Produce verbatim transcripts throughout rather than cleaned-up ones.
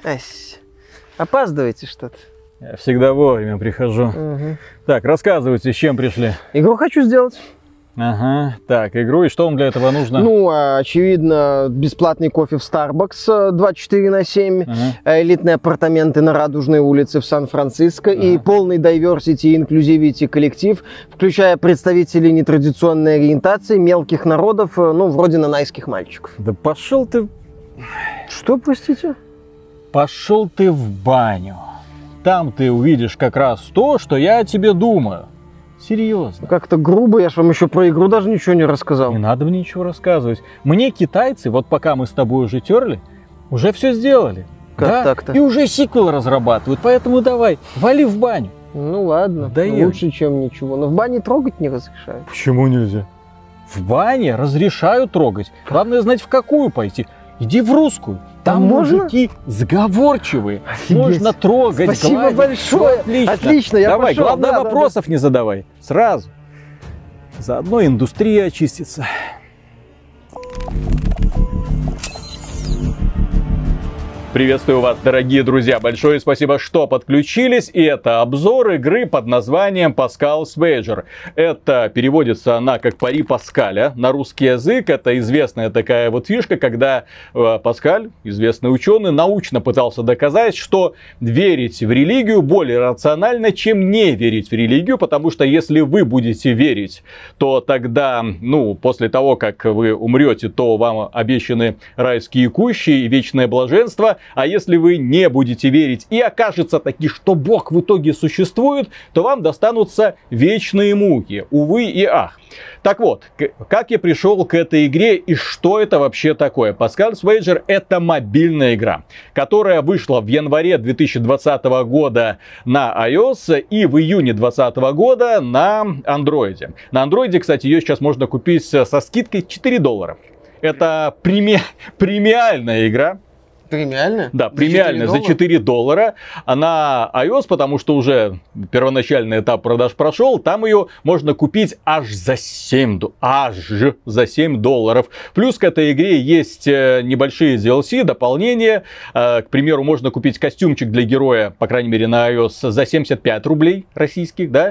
Ась, опаздываете что-то. Я всегда вовремя прихожу. Угу. Так, рассказывайте, с чем пришли. Игру хочу сделать. Ага, так, игру, и что вам для этого нужно? Ну, очевидно, бесплатный кофе в Starbucks двадцать четыре на семь, Ага. элитные апартаменты на Радужной улице в Сан-Франциско Ага. и полный diversity и inclusivity коллектив, включая представителей нетрадиционной ориентации, мелких народов, ну, вроде нанайских мальчиков. Да пошел ты... Что, простите? Пошел ты в баню. Там ты увидишь как раз то, что я о тебе думаю. Серьезно. Как-то грубо, я же вам еще про игру даже ничего не рассказал. Не надо мне ничего рассказывать. Мне китайцы, вот пока мы с тобой уже терли, уже все сделали. Как Да? так-то? И уже сиквел разрабатывают, поэтому давай, вали в баню. Ну ладно, Да я- лучше, чем ничего. Но в бане трогать не разрешают. Почему нельзя? В бане разрешают трогать. Главное знать, в какую пойти. Иди в русскую. Там А можно? мужики сговорчивые. Офигеть. Можно трогать, Спасибо гладить. большое. Отлично. Отлично, я Давай, пошел. главное, Да, да, вопросов не задавай. Сразу. Заодно индустрия очистится. Приветствую вас, дорогие друзья. Большое спасибо, что подключились. И это обзор игры под названием Pascal's Wager. Это переводится она как «Пари Паскаля» на русский язык. Это известная такая вот фишка, когда э, Паскаль, известный ученый, научно пытался доказать, что верить в религию более рационально, чем не верить в религию. Потому что если вы будете верить, то тогда, ну, после того, как вы умрете, то вам обещаны райские кущи и вечное блаженство. А если вы не будете верить и окажется таки, что Бог в итоге существует, то вам достанутся вечные муки. Увы и ах. Так вот, как я пришел к этой игре и что это вообще такое? Pascal's Wager — это мобильная игра, которая вышла в январе две тысячи двадцатого года на iOS и в июне две тысячи двадцатого года на Android. На Android, кстати, ее сейчас можно купить со скидкой четыре доллара. Это преми... премиальная игра. Премиально? Да, премиальная за четыре доллара. Она iOS, потому что уже первоначальный этап продаж прошел. Там ее можно купить аж за семь, аж за семь долларов. Плюс к этой игре есть небольшие ди эл си, дополнения. К примеру, можно купить костюмчик для героя, по крайней мере на iOS, за семьдесят пять рублей российских, да.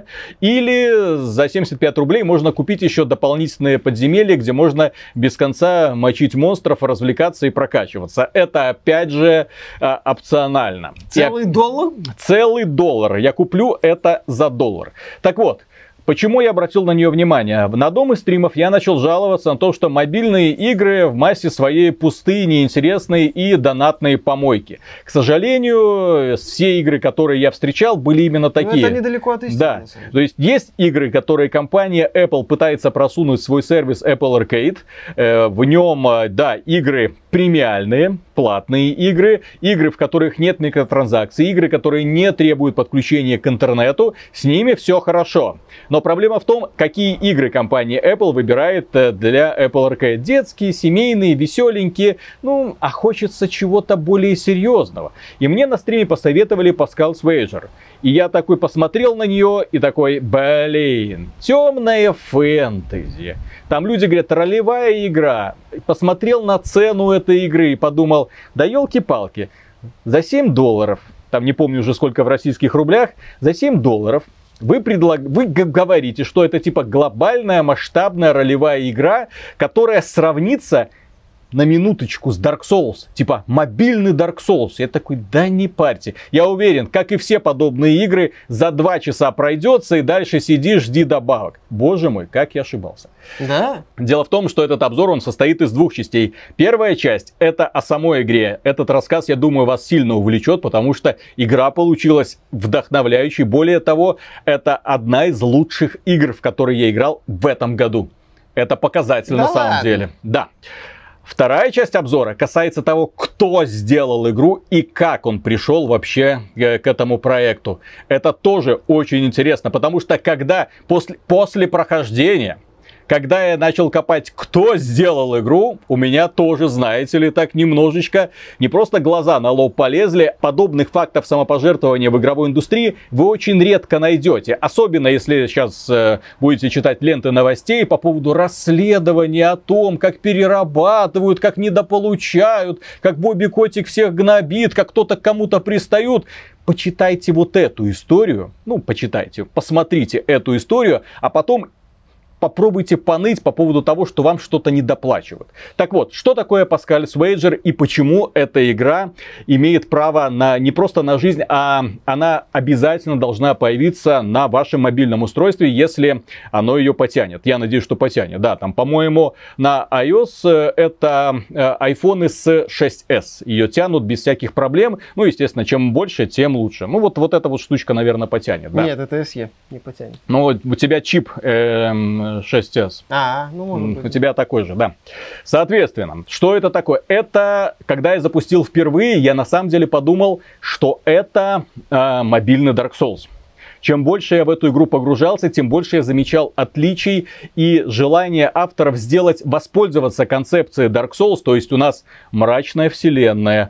Или за семьдесят пять рублей можно купить еще дополнительные подземелья, где можно без конца мочить монстров, развлекаться и прокачиваться. Это опять же а, опционально. Целый я... доллар? Целый доллар. Я куплю это за доллар. Так вот. Почему я обратил на нее внимание? На одном из стримов я начал жаловаться на то, что мобильные игры в массе своей пустые, неинтересные и донатные помойки. К сожалению, все игры, которые я встречал, были именно такие. Но это недалеко от истины. Да, то есть есть игры, которые компания Apple пытается просунуть в свой сервис Apple Arcade. В нем, да, игры премиальные, платные игры, игры, в которых нет микротранзакций, игры, которые не требуют подключения к интернету, с ними все хорошо. Но проблема в том, какие игры компания Apple выбирает для Apple Arcade. Детские, семейные, веселенькие, ну, а хочется чего-то более серьезного. И мне на стриме посоветовали Pascal's Wager. И я такой посмотрел на нее и такой, блин, темная фэнтези. Там люди говорят, ролевая игра. Посмотрел на цену этой игры и подумал, да елки-палки, за семь долларов, там не помню уже сколько в российских рублях, за семь долларов вы, предлаг... вы говорите, что это типа глобальная масштабная ролевая игра, которая сравнится на минуточку с Dark Souls. Типа мобильный Dark Souls. Я такой, да не парьте. Я уверен, как и все подобные игры, за два часа пройдется и дальше сиди, жди добавок. Боже мой, как я ошибался. Да? Дело в том, что этот обзор, он состоит из двух частей. Первая часть — это о самой игре. Этот рассказ, я думаю, вас сильно увлечет, потому что игра получилась вдохновляющей. Более того, это одна из лучших игр, в которые я играл в этом году. Это показатель Да на самом ладно? деле. Да. Вторая часть обзора касается того, кто сделал игру и как он пришел вообще к этому проекту. Это тоже очень интересно, потому что когда после, после прохождения, Когда я начал копать, кто сделал игру, у меня тоже, знаете ли, так немножечко не просто глаза на лоб полезли. Подобных фактов самопожертвования в игровой индустрии вы очень редко найдете. Особенно если сейчас э, будете читать ленты новостей по поводу расследования о том, как перерабатывают, как недополучают, как Бобби Котик всех гнобит, как кто-то к кому-то пристает. Почитайте вот эту историю, ну, почитайте, посмотрите эту историю, а потом попробуйте поныть по поводу того, что вам что-то недоплачивают. Так вот, что такое Pascal's Wager и почему эта игра имеет право на не просто на жизнь, а она обязательно должна появиться на вашем мобильном устройстве, если оно ее потянет. Я надеюсь, что потянет. Да, там, по-моему, на iOS это iPhone с шесть эс. Ее тянут без всяких проблем. Ну, естественно, чем больше, тем лучше. Ну, вот, вот эта вот штучка, наверное, потянет. Да? Нет, это эс и не потянет. Ну, у тебя чип... Эм, шесть эс. А, ну может быть. У тебя такой же, да. Соответственно, что это такое? Это, когда я запустил впервые, я на самом деле подумал, что это э, мобильный Dark Souls. Чем больше я в эту игру погружался, тем больше я замечал отличий и желание авторов сделать, воспользоваться концепцией Dark Souls. То есть у нас мрачная вселенная,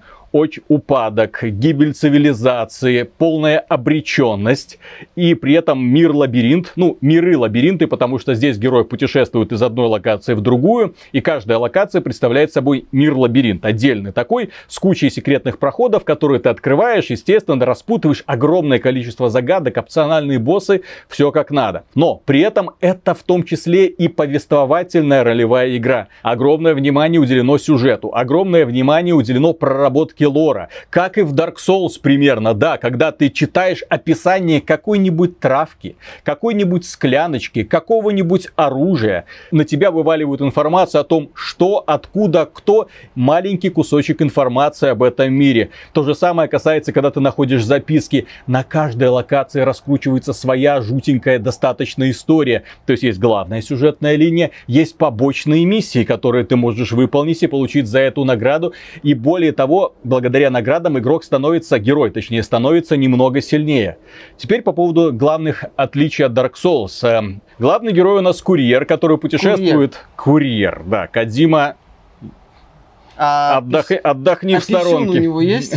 упадок, гибель цивилизации, полная обреченность и при этом мир-лабиринт, ну, миры-лабиринты, потому что здесь герой путешествует из одной локации в другую, и каждая локация представляет собой мир-лабиринт, отдельный такой, с кучей секретных проходов, которые ты открываешь, естественно, распутываешь огромное количество загадок, опциональные боссы, все как надо. Но при этом это в том числе и повествовательная ролевая игра. Огромное внимание уделено сюжету, огромное внимание уделено проработке лора, как и в Dark Souls примерно, да, когда ты читаешь описание какой-нибудь травки, какой-нибудь скляночки, какого-нибудь оружия, на тебя вываливают информацию о том, что, откуда, кто, маленький кусочек информации об этом мире. То же самое касается, когда ты находишь записки, на каждой локации раскручивается своя жутенькая достаточно история, то есть есть главная сюжетная линия, есть побочные миссии, которые ты можешь выполнить и получить за эту награду, и более того, благодаря наградам игрок становится, герой точнее, становится немного сильнее. Теперь по поводу главных отличий от Dark Souls. Главный герой у нас курьер, который путешествует... Курьер, курьер да. Кодзима, а отдох... пис... отдохни а в сторонке. У него есть?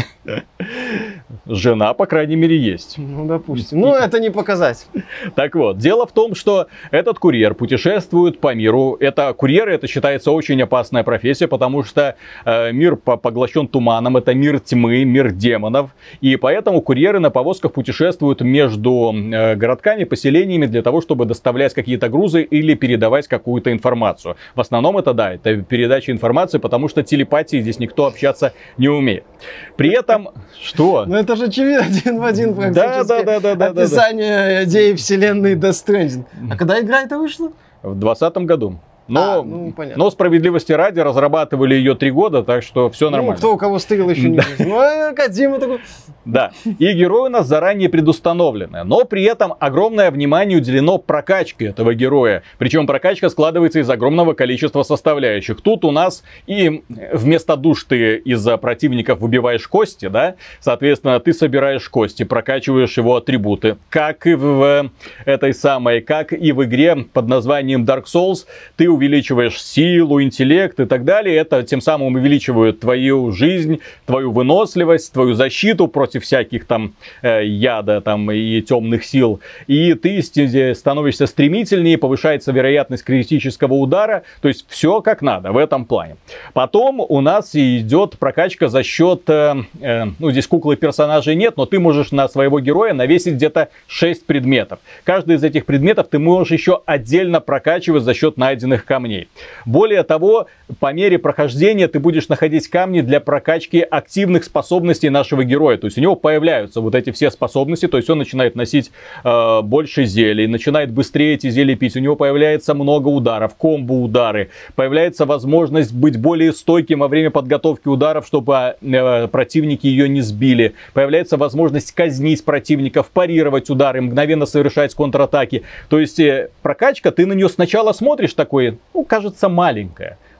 Жена, по крайней мере, есть. Ну, допустим. Ну, это не показать. Так вот, дело в том, что этот курьер путешествует по миру. Это курьеры, это считается очень опасная профессия, потому что э, мир поглощен туманом, это мир тьмы, мир демонов. И поэтому курьеры на повозках путешествуют между э, городками, поселениями для того, чтобы доставлять какие-то грузы или передавать какую-то информацию. В основном это, да, это передача информации, потому что телепатией здесь никто общаться не умеет. При этом, что? Ну это же очевидно, один в один практически. Да, да, да, да, описание да, да. идеи вселенной Death Stranding. А когда игра это вышла? В двадцатом году. Но, а, ну, но справедливости ради разрабатывали ее три года, так что все нормально. Ну, кто у кого стырил, еще не видел. Ну, а Кодзима такой... Да, и герои у нас заранее предустановлены, но при этом огромное внимание уделено прокачке этого героя. Причем прокачка складывается из огромного количества составляющих. Тут у нас и вместо душ ты из-за противников выбиваешь кости, да, соответственно, ты собираешь кости, прокачиваешь его атрибуты. Как и в этой самой, как и в игре под названием Dark Souls, ты увеличиваешь силу, интеллект и так далее. Это тем самым увеличивает твою жизнь, твою выносливость, твою защиту против всяких там э, яда там, и темных сил. И ты становишься стремительнее, повышается вероятность критического удара. То есть все как надо в этом плане. Потом у нас идет прокачка за счет... Э, э, ну, здесь куклы персонажей нет, но ты можешь на своего героя навесить где-то шесть предметов. Каждый из этих предметов ты можешь еще отдельно прокачивать за счет найденных камней. Более того, по мере прохождения ты будешь находить камни для прокачки активных способностей нашего героя. То есть у него появляются вот эти все способности, то есть он начинает носить э, больше зелий, начинает быстрее эти зелья пить, у него появляется много ударов, комбо-удары, появляется возможность быть более стойким во время подготовки ударов, чтобы э, противники ее не сбили, появляется возможность казнить противников, парировать удары, мгновенно совершать контратаки. То есть э, прокачка, ты на нее сначала смотришь такой, ну, кажется, маленькая.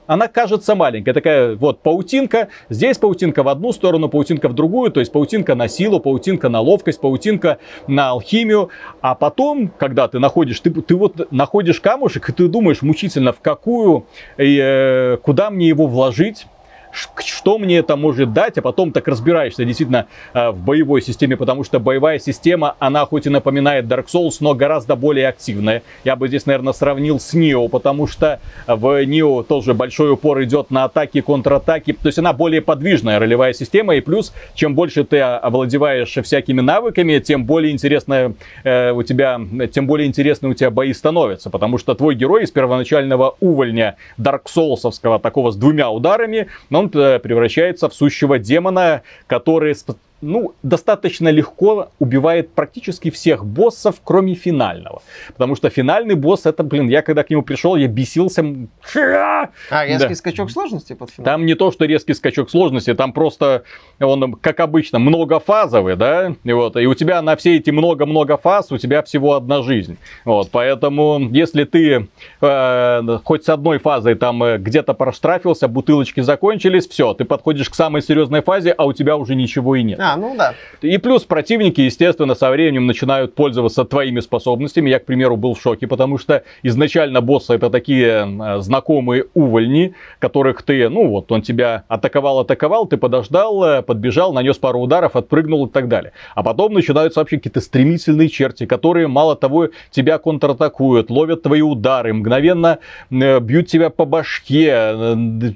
она кажется маленькой. Такая вот паутинка, здесь паутинка в одну сторону, паутинка в другую, то есть паутинка на силу, паутинка на ловкость, паутинка на алхимию. А потом, когда ты находишь, ты, ты вот находишь камушек, и ты думаешь мучительно, в какую, э, куда мне его вложить, что мне это может дать, а потом так разбираешься действительно в боевой системе, потому что боевая система, она хоть и напоминает Dark Souls, но гораздо более активная. Я бы здесь, наверное, сравнил с Нио, потому что в Нио тоже большой упор идет на атаки, контратаки, то есть она более подвижная ролевая система, и плюс, чем больше ты овладеваешь всякими навыками, тем более интересно э, у тебя, тем более интересны у тебя бои становятся, потому что твой герой из первоначального увольня Dark Souls'овского, такого с двумя ударами, он превращается в сущего демона, который, ну, достаточно легко убивает практически всех боссов, кроме финального. Потому что финальный босс, это, блин, я когда к нему пришел, я бесился. А, резкий да. скачок сложности под финал? Там не то, что резкий скачок сложности, там просто он, как обычно, многофазовый, да, и, вот, и у тебя на все эти много-много фаз, у тебя всего одна жизнь. Вот, поэтому, если ты э, хоть с одной фазой там э, где-то проштрафился, бутылочки закончились, все, ты подходишь к самой серьезной фазе, а у тебя уже ничего и нет. А, ну да. И плюс противники, естественно, со временем начинают пользоваться твоими способностями. Я, к примеру, был в шоке, потому что изначально боссы это такие э, знакомые увольни, которых ты, ну вот, он тебя атаковал, атаковал, ты подождал, э, подбежал, нанес пару ударов, отпрыгнул и так далее. А потом начинаются вообще какие-то стремительные черти, которые, мало того, тебя контратакуют, ловят твои удары, мгновенно э, бьют тебя по башке. Э,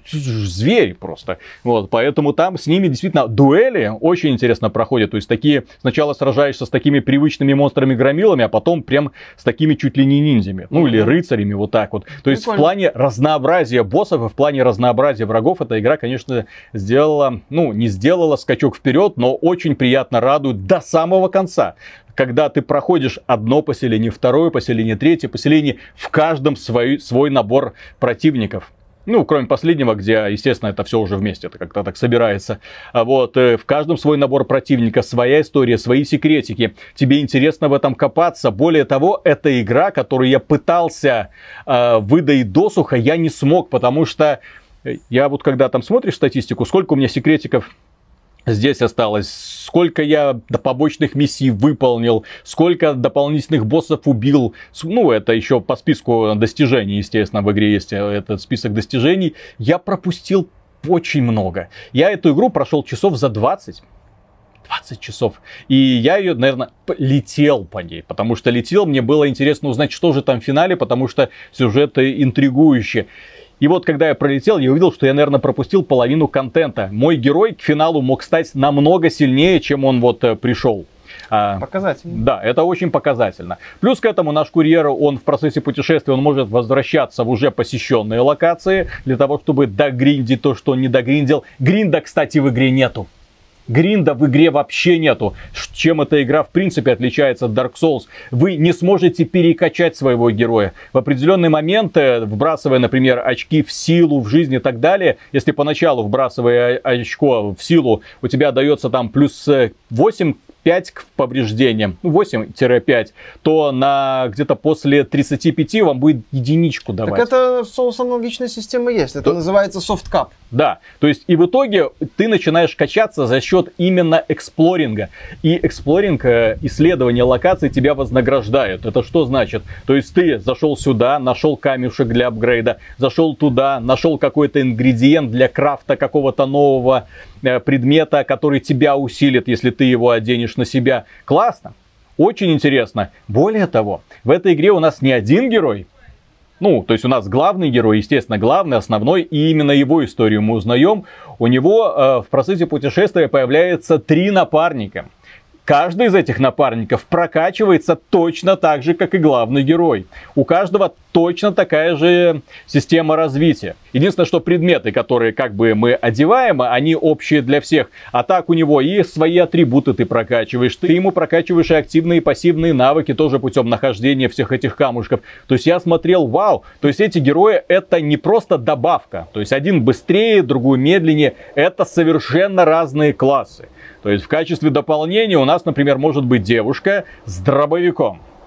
зверь просто. Вот, поэтому там с ними действительно дуэли очень интересно. интересно проходят. То есть такие, сначала сражаешься с такими привычными монстрами-громилами, а потом прям с такими чуть ли не ниндзями. Ну или рыцарями, вот так вот. То есть Прикольно. В плане разнообразия боссов и в плане разнообразия врагов эта игра, конечно, сделала, ну не сделала скачок вперед, но очень приятно радует до самого конца. Когда ты проходишь одно поселение, второе поселение, третье поселение, в каждом свой, свой набор противников. Ну, кроме последнего, где, естественно, это все уже вместе, это как-то так собирается. А вот, э, в каждом свой набор противника, своя история, свои секретики. Тебе интересно в этом копаться. Более того, это игра, которую я пытался э, выдать досуха, я не смог, потому что я вот когда там смотришь статистику, сколько у меня секретиков здесь осталось, сколько я побочных миссий выполнил, сколько дополнительных боссов убил. Ну, это еще по списку достижений, естественно, в игре есть этот список достижений. Я пропустил очень много. Я эту игру прошел часов за двадцать. двадцать часов. И я ее, наверное, летел по ней. Потому что летел, мне было интересно узнать, что же там в финале, потому что сюжет интригующий. И вот, когда я пролетел, я увидел, что я, наверное, пропустил половину контента. Мой герой к финалу мог стать намного сильнее, чем он вот пришел. Показательно. Да, это очень показательно. Плюс к этому наш курьер, он в процессе путешествия, он может возвращаться в уже посещенные локации, для того, чтобы догриндить то, что он не догриндил. Гринда, кстати, в игре нету. Гринда в игре вообще нету. Чем эта игра в принципе отличается от Dark Souls? Вы не сможете перекачать своего героя. В определенный момент, вбрасывая, например, очки в силу, в жизнь и так далее, если поначалу, вбрасывая очко в силу, у тебя дается там плюс восемь, пять к повреждениям, восемь-пять, то на где-то после тридцати пяти вам будет единичку давать. Так это в Souls аналогичная система есть. Это то... называется soft cap. Да, то есть и в итоге ты начинаешь качаться за счет именно эксплоринга. И эксплоринг, исследование локаций тебя вознаграждает. Это что значит? То есть ты зашел сюда, нашел камешек для апгрейда, зашел туда, нашел какой-то ингредиент для крафта какого-то нового предмета, который тебя усилит, если ты его оденешь на себя. Классно, очень интересно. Более того, в этой игре у нас не один герой. Ну, то есть у нас главный герой, естественно, главный, основной, и именно его историю мы узнаем. У него э, в процессе путешествия появляется три напарника. Каждый из этих напарников прокачивается точно так же, как и главный герой. У каждого точно такая же система развития. Единственное, что предметы, которые как бы мы одеваем, они общие для всех. А так у него и свои атрибуты ты прокачиваешь. Ты ему прокачиваешь и активные и пассивные навыки тоже путем нахождения всех этих камушков. То есть я смотрел, вау, то есть эти герои это не просто добавка. То есть один быстрее, другой медленнее. Это совершенно разные классы. То есть в качестве дополнения у нас, например, может быть девушка с дробовиком.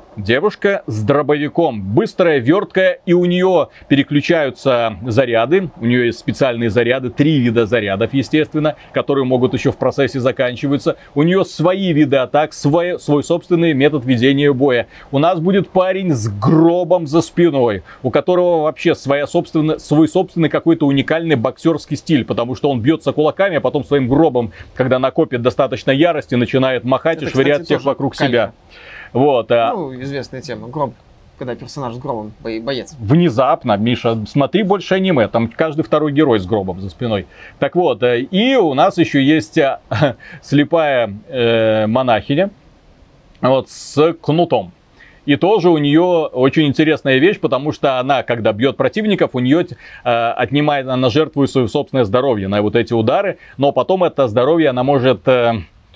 Девушка с дробовиком, быстрая, верткая, и у нее переключаются заряды, у нее есть специальные заряды, три вида зарядов, естественно, которые могут еще в процессе заканчиваться. У нее свои виды атак, свой, свой собственный метод ведения боя. У нас будет парень с гробом за спиной, у которого вообще своя собственная, свой собственный какой-то уникальный боксерский стиль, потому что он бьется кулаками, а потом своим гробом, когда накопит достаточно ярости, начинает махать Это, и швырять кстати, всех вокруг калька. себя. Вот, ну, известная тема. Гроб, когда персонаж с гробом, боец. Внезапно, Миша, смотри больше аниме, там каждый второй герой с гробом за спиной. Так вот, и у нас еще есть слепая э, монахиня, вот, с кнутом. И тоже у нее очень интересная вещь, потому что она, когда бьет противников, у нее э, отнимает, она жертвует свое собственное здоровье на вот эти удары, но потом это здоровье она может... Э,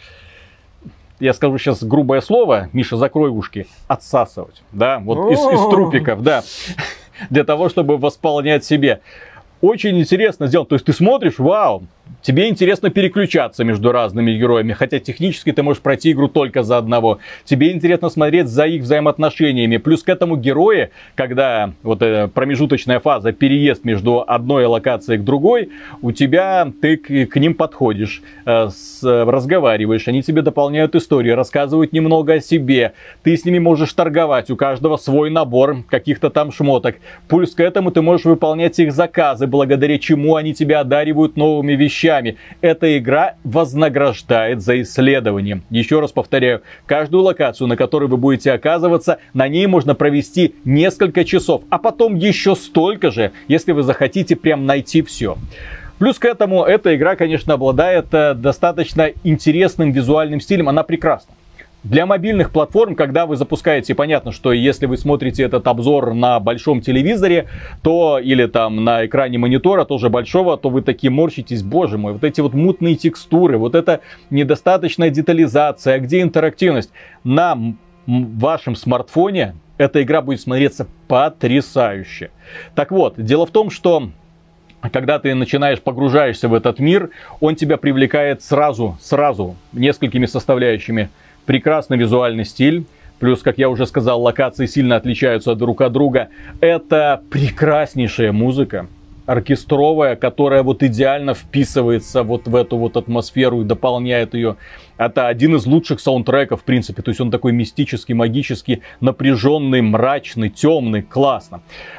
я скажу сейчас грубое слово, Миша, закрой ушки, отсасывать, да, вот из, из трупиков, да, для того, чтобы восполнять себе. Очень интересно сделано, то есть ты смотришь, вау, тебе интересно переключаться между разными героями, хотя технически ты можешь пройти игру только за одного. Тебе интересно смотреть за их взаимоотношениями. Плюс к этому герои, когда вот эта промежуточная фаза, переезд между одной локацией к другой, у тебя, ты к, к ним подходишь, э, с, разговариваешь, они тебе дополняют историю, рассказывают немного о себе. Ты с ними можешь торговать, у каждого свой набор каких-то там шмоток. Плюс к этому ты можешь выполнять их заказы, благодаря чему они тебя одаривают новыми вещами. Эта игра вознаграждает за исследование. Еще раз повторяю, каждую локацию, на которой вы будете оказываться, на ней можно провести несколько часов, а потом еще столько же, если вы захотите прям найти все. Плюс к этому, эта игра, конечно, обладает достаточно интересным визуальным стилем, она прекрасна. Для мобильных платформ, когда вы запускаете, понятно, что если вы смотрите этот обзор на большом телевизоре, то или там на экране монитора, тоже большого, то вы такие морщитесь, боже мой, вот эти вот мутные текстуры, вот эта недостаточная детализация, где интерактивность. На вашем смартфоне эта игра будет смотреться потрясающе. Так вот, дело в том, что когда ты начинаешь погружаешься в этот мир, он тебя привлекает сразу, сразу, несколькими составляющими. Прекрасный визуальный стиль. Плюс, как я уже сказал, локации сильно отличаются друг от друга. Это прекраснейшая музыка. Оркестровая, которая вот идеально вписывается вот в эту вот атмосферу и дополняет ее. Это один из лучших саундтреков, в принципе. То есть он такой мистический, магический, напряженный, мрачный, темный. Классно.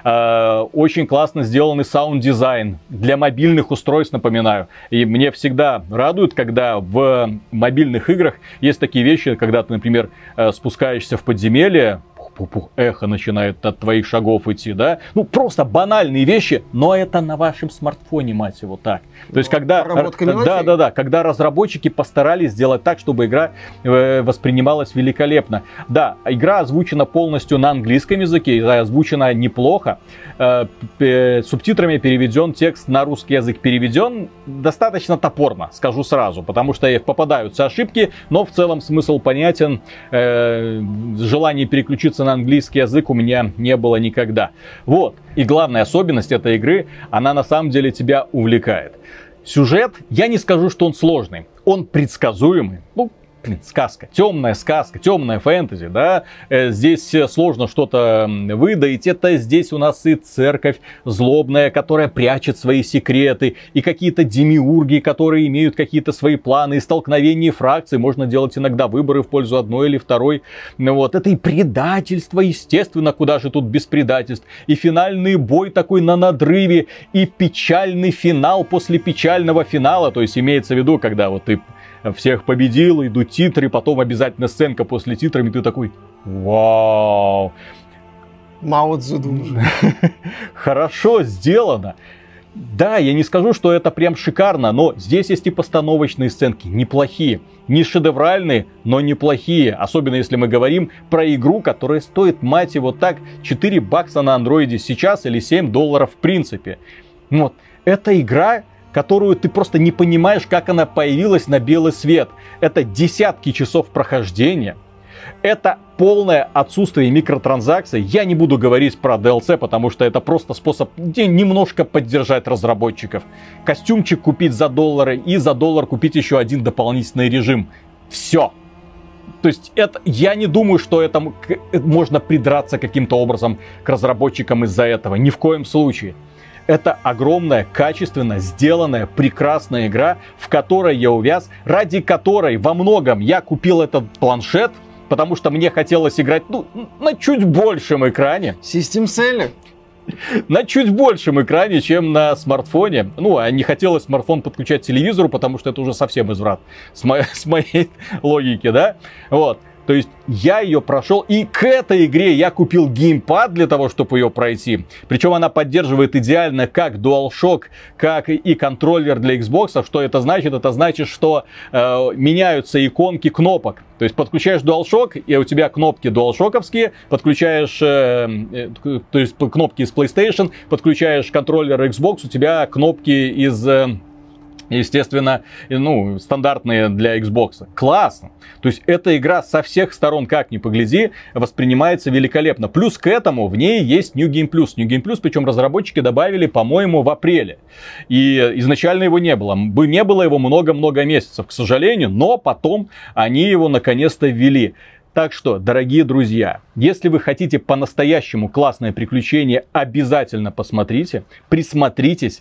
Очень классно сделанный саунд-дизайн. Для мобильных устройств, напоминаю. И мне всегда радует, когда в мобильных играх есть такие вещи, когда ты, например, спускаешься в подземелье, пух-пух, эхо начинает от твоих шагов идти, да? Ну, просто банальные вещи, но это на вашем смартфоне, мать его, так. То есть, когда... Да, да, да, когда разработчики постарались сделать так, чтобы игра э, воспринималась великолепно. Да, игра озвучена полностью на английском языке, озвучена неплохо. Э, э, субтитрами переведен текст на русский язык. Переведен достаточно топорно, скажу сразу, потому что попадаются ошибки, но в целом смысл понятен. Э, желание переключиться на английский язык у меня не было никогда. Вот. И главная особенность этой игры, она на самом деле тебя увлекает. Сюжет, я не скажу, что он сложный. Он предсказуемый. Ну, блин, сказка. Темная сказка, темная фэнтези, да. Здесь сложно что-то выдаить. Это здесь у нас и церковь злобная, которая прячет свои секреты. И какие-то демиурги, которые имеют какие-то свои планы. И столкновения фракций. Можно делать иногда выборы в пользу одной или второй. Вот. Это и предательство, естественно. Куда же тут без предательств. И финальный бой такой на надрыве. И печальный финал после печального финала. То есть имеется в виду, когда вот ты всех победил, идут титры, потом обязательно сценка после титрами, ты такой: вау! Мао Цзэдун. Хорошо сделано. Да, я не скажу, что это прям шикарно, но здесь есть и постановочные сценки, неплохие. Не шедевральные, но неплохие. Особенно если мы говорим про игру, которая стоит, мать его, так, четыре бакса на андроиде сейчас или семь долларов в принципе. Вот. Это игра, которую ты просто не понимаешь, как она появилась на белый свет. Это десятки часов прохождения. Это полное отсутствие микротранзакций. Я не буду говорить про ди эл си, потому что это просто способ немножко поддержать разработчиков. Костюмчик купить за доллары и за доллар купить еще один дополнительный режим. Все. То есть это, я не думаю, что это можно придраться каким-то образом к разработчикам из-за этого. Ни в коем случае. Это огромная, качественно сделанная, прекрасная игра, в которой я увяз, ради которой во многом я купил этот планшет, потому что мне хотелось играть ну, на чуть большем экране. System Seller. На чуть большем экране, чем на смартфоне. Ну, а не хотелось смартфон подключать к телевизору, потому что это уже совсем изврат. С, мо- с моей логики, да? Вот. То есть я ее прошел, и к этой игре я купил геймпад для того, чтобы ее пройти. Причем она поддерживает идеально как DualShock, как и контроллер для Xbox. Что это значит? Это значит, что э, меняются иконки кнопок. То есть подключаешь DualShock, и у тебя кнопки DualShock'овские, подключаешь э, э, то есть кнопки из PlayStation, подключаешь контроллер Xbox, у тебя кнопки из... Э, естественно, ну, стандартные для Xbox. Классно. То есть эта игра со всех сторон, как ни погляди, воспринимается великолепно. Плюс к этому в ней есть New Game Plus. New Game Plus, причем разработчики добавили, по-моему, в апреле. И изначально его не было. Не было его много-много месяцев, к сожалению, но потом они его наконец-то ввели. Так что, дорогие друзья, если вы хотите по-настоящему классное приключение, обязательно посмотрите, присмотритесь.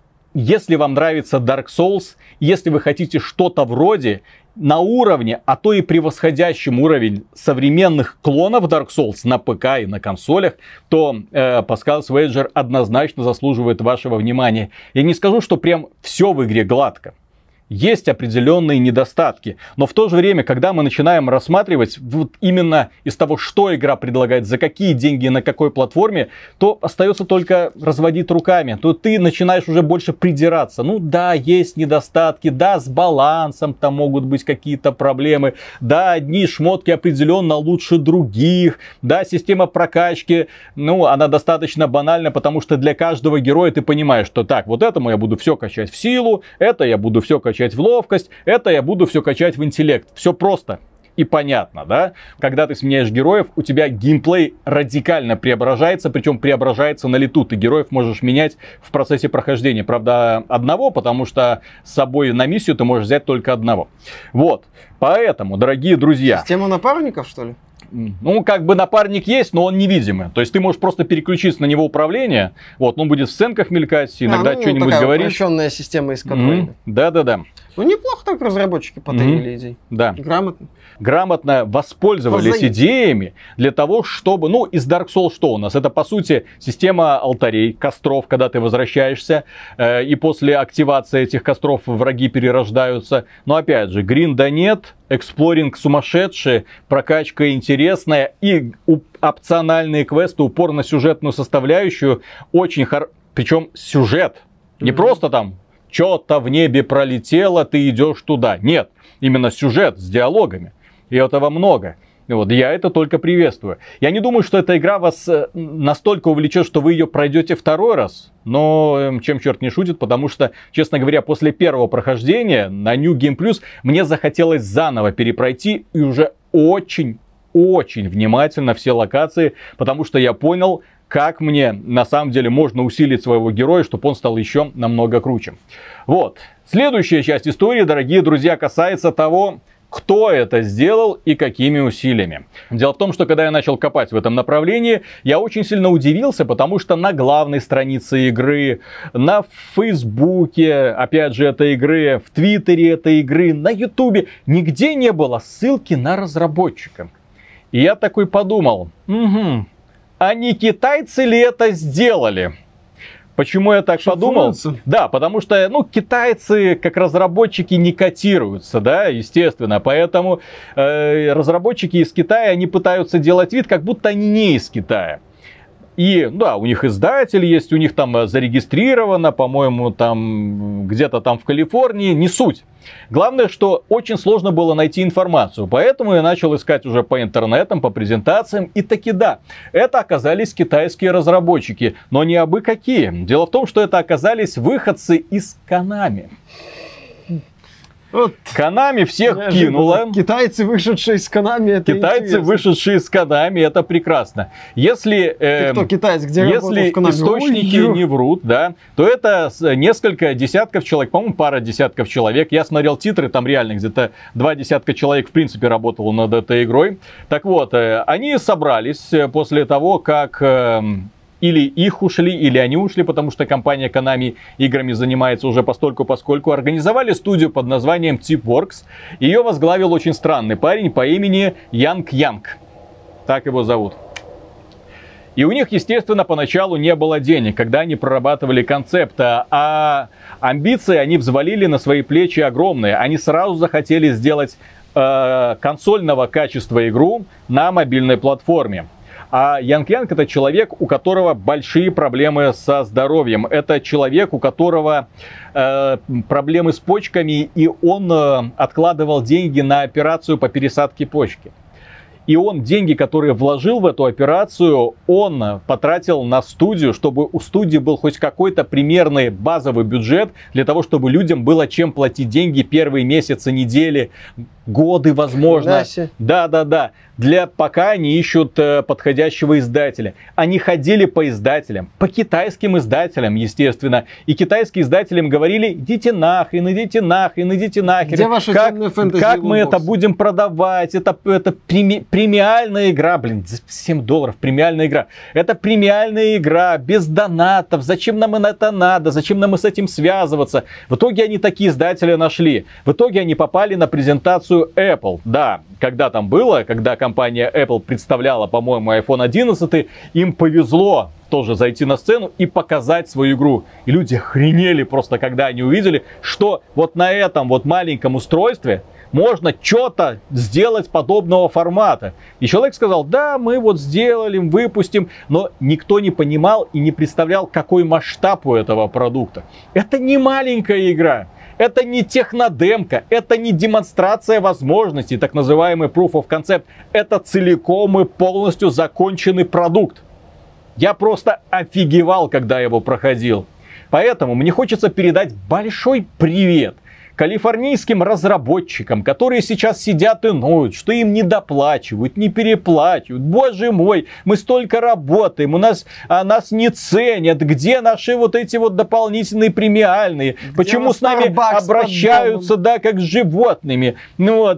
Если вам нравится Dark Souls, если вы хотите что-то вроде на уровне, а то и превосходящем уровень современных клонов Dark Souls на ПК и на консолях, то э, Pascal's Wager однозначно заслуживает вашего внимания. Я не скажу, что прям все в игре гладко. Есть определенные недостатки, но в то же время, когда мы начинаем рассматривать вот именно из того, что игра предлагает, за какие деньги, на какой платформе, то остается только разводить руками. То ты начинаешь уже больше придираться. Ну да, есть недостатки, да, с балансом там могут быть какие-то проблемы, да, одни шмотки определенно лучше других, да, система прокачки, ну, она достаточно банальна, потому что для каждого героя ты понимаешь, что так, вот этому я буду все качать в силу, это я буду все качать в ловкость, это я буду все качать в интеллект. Все просто и понятно, да? Когда ты сменяешь героев, у тебя геймплей радикально преображается, причем преображается на лету. Ты героев можешь менять в процессе прохождения. Правда, одного, потому что с собой на миссию ты можешь взять только одного. Вот. Поэтому, дорогие друзья... Система напарников, что ли? Ну, как бы напарник есть, но он невидимый. То есть ты можешь просто переключиться на него управление. Вот, он будет в сценках мелькать, иногда а, ну, что-нибудь такая говорить. Упрощенная система из контроля. Mm-hmm. Да-да-да. Ну, неплохо так разработчики потырили mm-hmm. идей. Да. Грамотно. Грамотно воспользовались Позади. идеями для того, чтобы... Ну, из Dark Souls что у нас? Это, по сути, система алтарей, костров, когда ты возвращаешься. Э, и после активации этих костров враги перерождаются. Но, опять же, гринда нет, эксплоринг сумасшедший, прокачка интересная и опциональные квесты, упор на сюжетную составляющую. Очень хорошо. Причем сюжет. Не mm-hmm. просто там... Что-то в небе пролетело, ты идешь туда. Нет, именно сюжет с диалогами. И этого много. И вот я это только приветствую. Я не думаю, что эта игра вас настолько увлечет, что вы ее пройдете второй раз. Но чем черт не шутит, потому что, честно говоря, после первого прохождения на New Game Plus мне захотелось заново перепройти и уже очень, очень внимательно все локации, потому что я понял, как мне на самом деле можно усилить своего героя, чтобы он стал еще намного круче. Вот. Следующая часть истории, дорогие друзья, касается того, кто это сделал и какими усилиями. Дело в том, что когда я начал копать в этом направлении, я очень сильно удивился, потому что на главной странице игры, на Фейсбуке, опять же, этой игры, в Твиттере этой игры, на Ютубе, нигде не было ссылки на разработчика. И я такой подумал, угу, а не китайцы ли это сделали? Почему я так подумал? Шифруются. Да, потому что, ну, китайцы как разработчики не котируются, да, естественно. Поэтому э, разработчики из Китая, они пытаются делать вид, как будто они не из Китая. И, да, у них издатель есть, у них там зарегистрировано, по-моему, там где-то там в Калифорнии, не суть. Главное, что очень сложно было найти информацию, поэтому я начал искать уже по интернетам, по презентациям, и таки да, это оказались китайские разработчики, но не абы какие. Дело в том, что это оказались выходцы из Konami. Вот. Konami всех Неожиданно. кинула. Китайцы, вышедшие из Konami, это Китайцы, интересно. вышедшие из Konami, это прекрасно. Если, э, Ты кто, китаец, где работал если в Konami? источники Ой, не врут, да, то это с- несколько десятков человек, по-моему, пара десятков человек. Я смотрел титры, там реально где-то два десятка человек в принципе работало над этой игрой. Так вот, э, они собрались э, после того, как... э, или их ушли, или они ушли, потому что компания Konami играми занимается уже постольку-поскольку. Организовали студию под названием Tipworks. Ее возглавил очень странный парень по имени Янг Янг. Так его зовут. И у них, естественно, поначалу не было денег, когда они прорабатывали концепт, а амбиции они взвалили на свои плечи огромные. Они сразу захотели сделать э, консольного качества игру на мобильной платформе. А Янг Янг это человек, у которого большие проблемы со здоровьем. Это человек, у которого э, проблемы с почками, и он э, откладывал деньги на операцию по пересадке почки. И он деньги, которые вложил в эту операцию, он потратил на студию, чтобы у студии был хоть какой-то примерный базовый бюджет, для того, чтобы людям было чем платить деньги первые месяцы, недели, годы, возможно. Да, да, да. Для пока они ищут э, подходящего издателя. Они ходили по издателям, по китайским издателям, естественно. И китайские издатели им говорили: идите нахрен, идите нахрен, идите нахрен. Где ваша как, темная фэнтези как мы лутбокс? это будем продавать? Это, это преми, премиальная игра, блин, за семь долларов премиальная игра. Это премиальная игра, без донатов. Зачем нам это надо? Зачем нам с этим связываться? В итоге они такие издатели нашли. В итоге они попали на презентацию Apple. Да, когда там было, когда компания Apple представляла, по-моему, айфон одиннадцать, им повезло тоже зайти на сцену и показать свою игру. И люди охренели просто, когда они увидели, что вот на этом вот маленьком устройстве можно что-то сделать подобного формата. И человек сказал: да, мы вот сделали, выпустим. Но никто не понимал и не представлял, какой масштаб у этого продукта. Это не маленькая игра. Это не технодемка, это не демонстрация возможностей, так называемый proof of concept. Это целиком и полностью законченный продукт. Я просто офигевал, когда его проходил. Поэтому мне хочется передать большой привет калифорнийским разработчикам, которые сейчас сидят и ноют, что им не доплачивают, не переплачивают. Боже мой, мы столько работаем, у нас, а нас не ценят. Где наши вот эти вот дополнительные премиальные? Где Почему с нами обращаются, да, как с животными? Ну вот,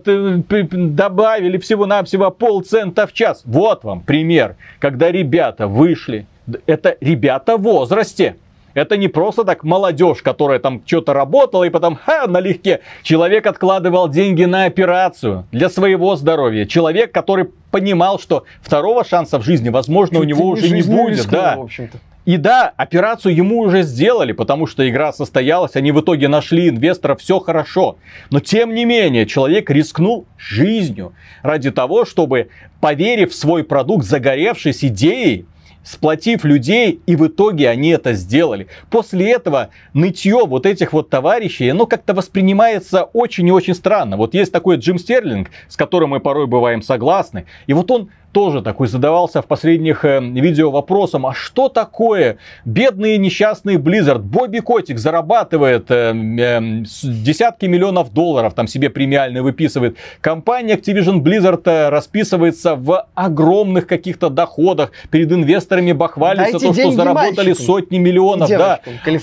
добавили всего-навсего полцента в час. Вот вам пример, когда ребята вышли. Это ребята в возрасте. Это не просто так молодежь, которая там что-то работала и потом ха, налегке. Человек откладывал деньги на операцию для своего здоровья. Человек, который понимал, что второго шанса в жизни, возможно, Чуть у него уже не будет. Рискнул, да. В общем-то. И да, операцию ему уже сделали, потому что игра состоялась, они в итоге нашли инвестора, все хорошо. Но тем не менее, человек рискнул жизнью ради того, чтобы, поверив в свой продукт, загоревшись идеей, сплотив людей, и в итоге они это сделали. После этого нытье вот этих вот товарищей, оно как-то воспринимается очень и очень странно. Вот есть такой Джим Стерлинг, с которым мы порой бываем согласны, и вот он тоже такой задавался в последних э, видео вопросом: а что такое бедный несчастный Blizzard? Бобби Котик зарабатывает э, э, десятки миллионов долларов, там себе премиальные выписывает. Компания Activision Blizzard э, расписывается в огромных каких-то доходах, перед инвесторами бахвалится то, что заработали мальчикам, сотни миллионов. Да.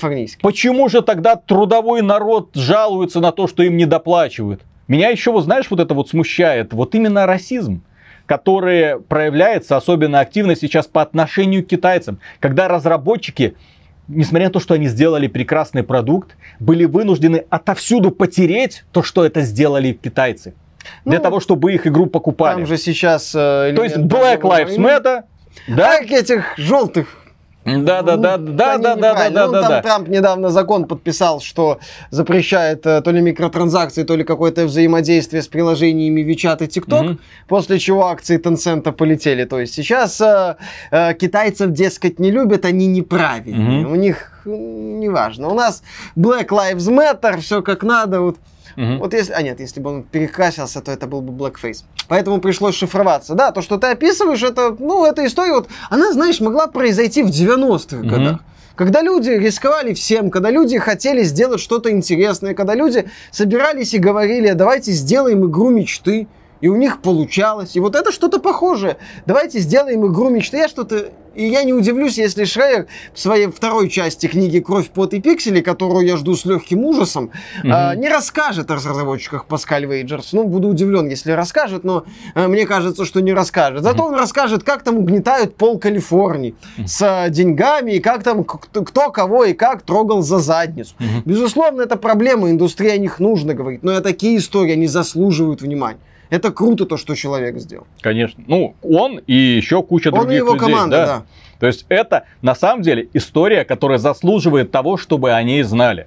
Почему же тогда трудовой народ жалуется на то, что им не доплачивают? Меня еще, вот знаешь, вот это вот смущает, вот именно расизм, который проявляется особенно активно сейчас по отношению к китайцам, когда разработчики, несмотря на то, что они сделали прекрасный продукт, были вынуждены отовсюду потереть то, что это сделали китайцы, ну, для того, чтобы их игру покупали. Там же сейчас... Э, то есть Black Lives Matter, да? Так этих желтых. Да, да, да, да, да, да, да, да, ну, да, там да. Трамп недавно закон подписал, что запрещает то ли микротранзакции, то ли какое-то взаимодействие с приложениями WeChat и TikTok, угу. После чего акции Tencent полетели. То есть сейчас э, э, китайцев, дескать, не любят, они неправильные. Угу. У них неважно. У нас Black Lives Matter, все как надо. Вот. Угу. Вот если, а нет, если бы он перекрасился, то это был бы blackface. Поэтому пришлось шифроваться. Да, то, что ты описываешь, это, ну, эта история, вот, она, знаешь, могла произойти в девяностых угу. годах. Когда люди рисковали всем, когда люди хотели сделать что-то интересное, когда люди собирались и говорили, давайте сделаем игру мечты, и у них получалось. И вот это что-то похожее. Давайте сделаем игру мечты. Я что-то... И я не удивлюсь, если Шрейер в своей второй части книги «Кровь, пот и пиксели», которую я жду с легким ужасом, mm-hmm. а, не расскажет о разработчиках Pascal Wagers. Ну, буду удивлен, если расскажет, но а, мне кажется, что не расскажет. Зато mm-hmm. он расскажет, как там угнетают пол Калифорнии mm-hmm. с а, деньгами, и как там кто, кто кого и как трогал за задницу. Mm-hmm. Безусловно, это проблема, индустрии о них нужно говорить, но такие истории, они заслуживают внимания. Это круто, то, что человек сделал. Конечно. Ну, он и еще куча он других людей. Он и его команда, да? да. То есть это, на самом деле, история, которая заслуживает того, чтобы о ней знали.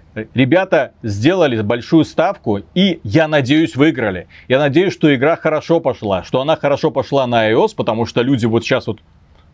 Ребята сделали большую ставку и, я надеюсь, выиграли. Я надеюсь, что игра хорошо пошла, что она хорошо пошла на iOS, потому что люди вот сейчас вот...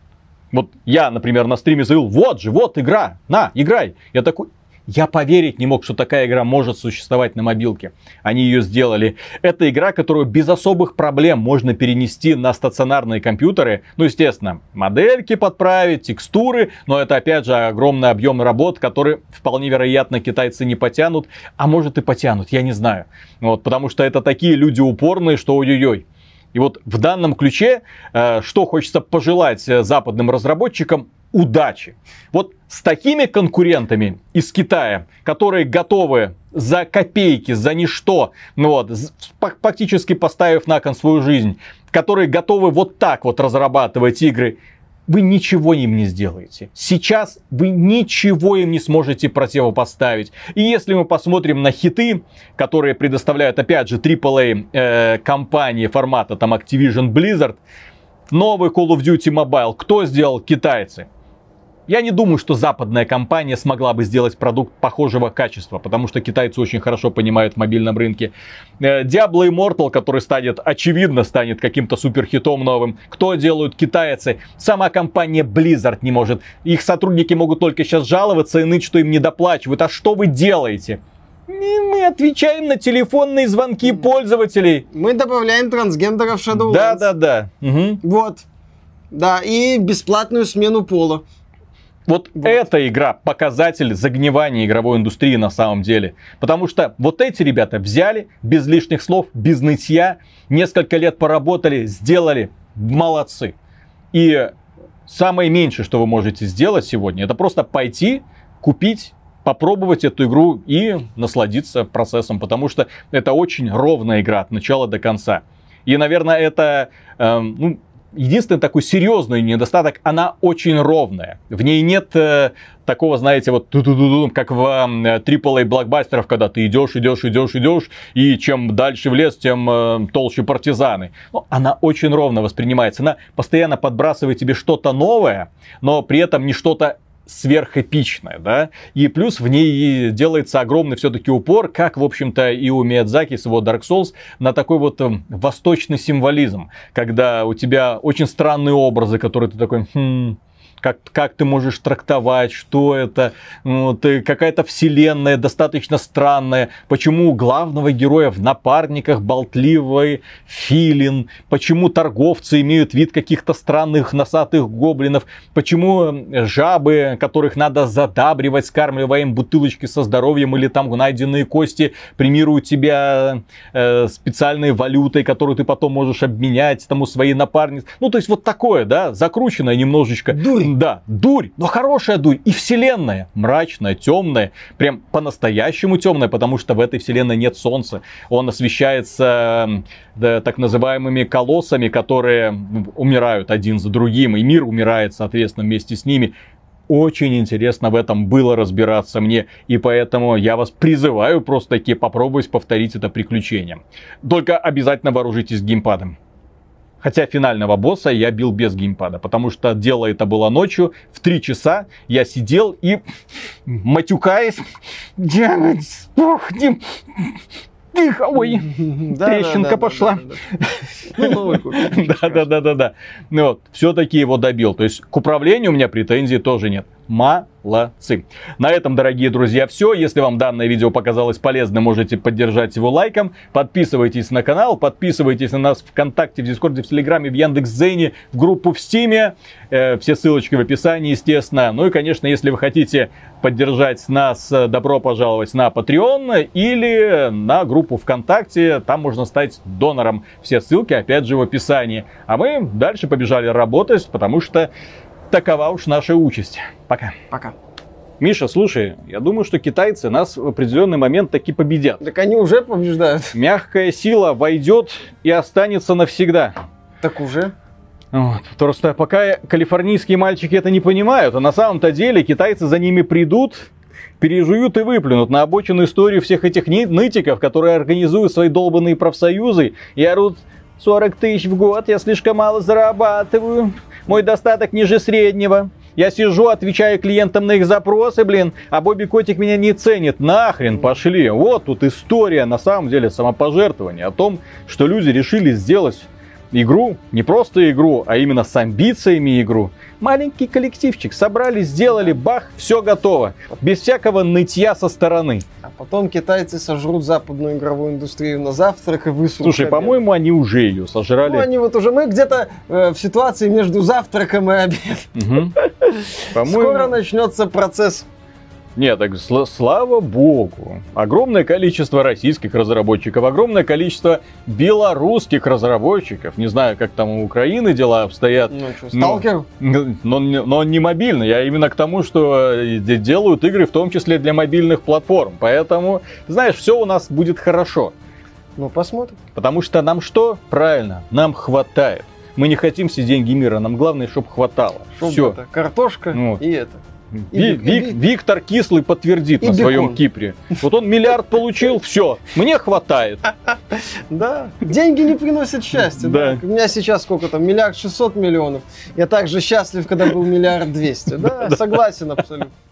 Вот я, например, на стриме заявил, вот же, вот игра, на, играй. Я такой... Я поверить не мог, что такая игра может существовать на мобилке. Они ее сделали. Это игра, которую без особых проблем можно перенести на стационарные компьютеры. Ну, естественно, модельки подправить, текстуры. Но это, опять же, огромный объем работ, который, вполне вероятно, китайцы не потянут. А может и потянут, я не знаю. Вот, потому что это такие люди упорные, что ой-ой-ой. И вот в данном ключе, э, что хочется пожелать западным разработчикам, удачи. Вот с такими конкурентами из Китая, которые готовы за копейки, за ничто, ну вот, фактически поставив на кон свою жизнь, которые готовы вот так вот разрабатывать игры, вы ничего им не сделаете. Сейчас вы ничего им не сможете противопоставить. И если мы посмотрим на хиты, которые предоставляют, опять же, трипл эй э, компании формата там Activision Blizzard, новый Call of Duty Mobile, кто сделал? Китайцы. Я не думаю, что западная компания смогла бы сделать продукт похожего качества, потому что китайцы очень хорошо понимают в мобильном рынке. Diablo Immortal, который станет, очевидно, станет каким-то суперхитом новым. Кто делают? Китайцы. Сама компания Blizzard не может. Их сотрудники могут только сейчас жаловаться и ныть, что им не доплачивают. А что вы делаете? Мы отвечаем на телефонные звонки пользователей. Мы добавляем трансгендеров в Shadowlands. Да-да-да. Угу. Вот. Да, и бесплатную смену пола. Вот, вот эта игра показатель загнивания игровой индустрии на самом деле. Потому что вот эти ребята взяли, без лишних слов, без нытья, несколько лет поработали, сделали, молодцы. И самое меньшее, что вы можете сделать сегодня, это просто пойти, купить, попробовать эту игру и насладиться процессом. Потому что это очень ровная игра от начала до конца. И, наверное, это... Э, ну, единственный такой серьезный недостаток, она очень ровная. В ней нет э, такого, знаете, вот как в трипл эй блокбастерах, когда ты идешь, идешь, идешь, идешь, и чем дальше в лес, тем э, толще партизаны. Но она очень ровно воспринимается. Она постоянно подбрасывает тебе что-то новое, но при этом не что-то сверхэпичная, да, и плюс в ней делается огромный все-таки упор, как, в общем-то, и у Миядзаки с его Dark Souls, на такой вот э, восточный символизм, когда у тебя очень странные образы, которые ты такой, хм, как, как ты можешь трактовать, что это, вот, какая-то вселенная достаточно странная, почему у главного героя в напарниках болтливый филин, почему торговцы имеют вид каких-то странных носатых гоблинов, почему жабы, которых надо задабривать, скармливая им бутылочки со здоровьем или там найденные кости, премируют тебя э, специальной валютой, которую ты потом можешь обменять тому своей напарнице. Ну, то есть вот такое, да, закрученное немножечко. Дурь. Да, дурь, но хорошая дурь. И вселенная мрачная, темная, прям по-настоящему темная, потому что в этой вселенной нет солнца. Он освещается да, так называемыми колоссами, которые умирают один за другим, и мир умирает, соответственно, вместе с ними. Очень интересно в этом было разбираться мне, и поэтому я вас призываю просто-таки попробовать повторить это приключение. Только обязательно вооружитесь геймпадом. Хотя финального босса я бил без геймпада, потому что дело это было ночью, в три часа я сидел и, матюкаясь, тихо, ой, трещинка пошла. Да-да-да-да-да. Ну вот, все-таки его добил. То есть к управлению у меня претензий тоже нет. Молодец. Молодцы. На этом, дорогие друзья, все. Если вам данное видео показалось полезным, можете поддержать его лайком. Подписывайтесь на канал, подписывайтесь на нас в ВКонтакте, в Дискорде, в Телеграме, в Яндекс.Дзене, в группу в Стиме. Э, все ссылочки в описании, естественно. Ну и, конечно, если вы хотите поддержать нас, добро пожаловать на Patreon или на группу ВКонтакте. Там можно стать донором. Все ссылки, опять же, в описании. А мы дальше побежали работать, потому что такова уж наша участь. Пока. Пока. Миша, слушай, я думаю, что китайцы нас в определенный момент таки победят. Так они уже побеждают. Мягкая сила войдет и останется навсегда. Так уже. Вот. Просто пока калифорнийские мальчики это не понимают, а на самом-то деле китайцы за ними придут, пережуют и выплюнут на обочину историю всех этих нытиков, которые организуют свои долбанные профсоюзы и орут: сорок тысяч в год, я слишком мало зарабатываю, мой достаток ниже среднего. Я сижу, отвечаю клиентам на их запросы, блин, а Бобби Котик меня не ценит. Нахрен пошли. Вот тут история, на самом деле, самопожертвования. О том, что люди решили сделать игру, не просто игру, а именно с амбициями игру. Маленький коллективчик собрали, сделали, бах, все готово. Без всякого нытья со стороны. А потом китайцы сожрут западную игровую индустрию на завтрак и высрут. Слушай, по-моему, они уже ее сожрали. Ну, они вот уже, мы где-то э, в ситуации между завтраком и обедом. Угу. Скоро начнется процесс. Нет, так сл- слава богу. Огромное количество российских разработчиков, огромное количество белорусских разработчиков. Не знаю, как там у Украины дела обстоят. Ну что, сталкер? Но, но, но он не мобильный. Я именно к тому, что делают игры в том числе для мобильных платформ. Поэтому, знаешь, все у нас будет хорошо. Ну, посмотрим. Потому что нам что? Правильно, нам хватает. Мы не хотим все деньги мира, нам главное, чтобы хватало. Чтоб Все. это, картошка ну. и это. Ви- Вик- Виктор Кислый подтвердит и на бекон. своем Кипре. Вот он миллиард получил, все, мне хватает. Да, деньги не приносят счастья. Да. Да. У меня сейчас сколько там, миллиард шестьсот миллионов. Я также счастлив, когда был миллиард двести. Да, согласен абсолютно.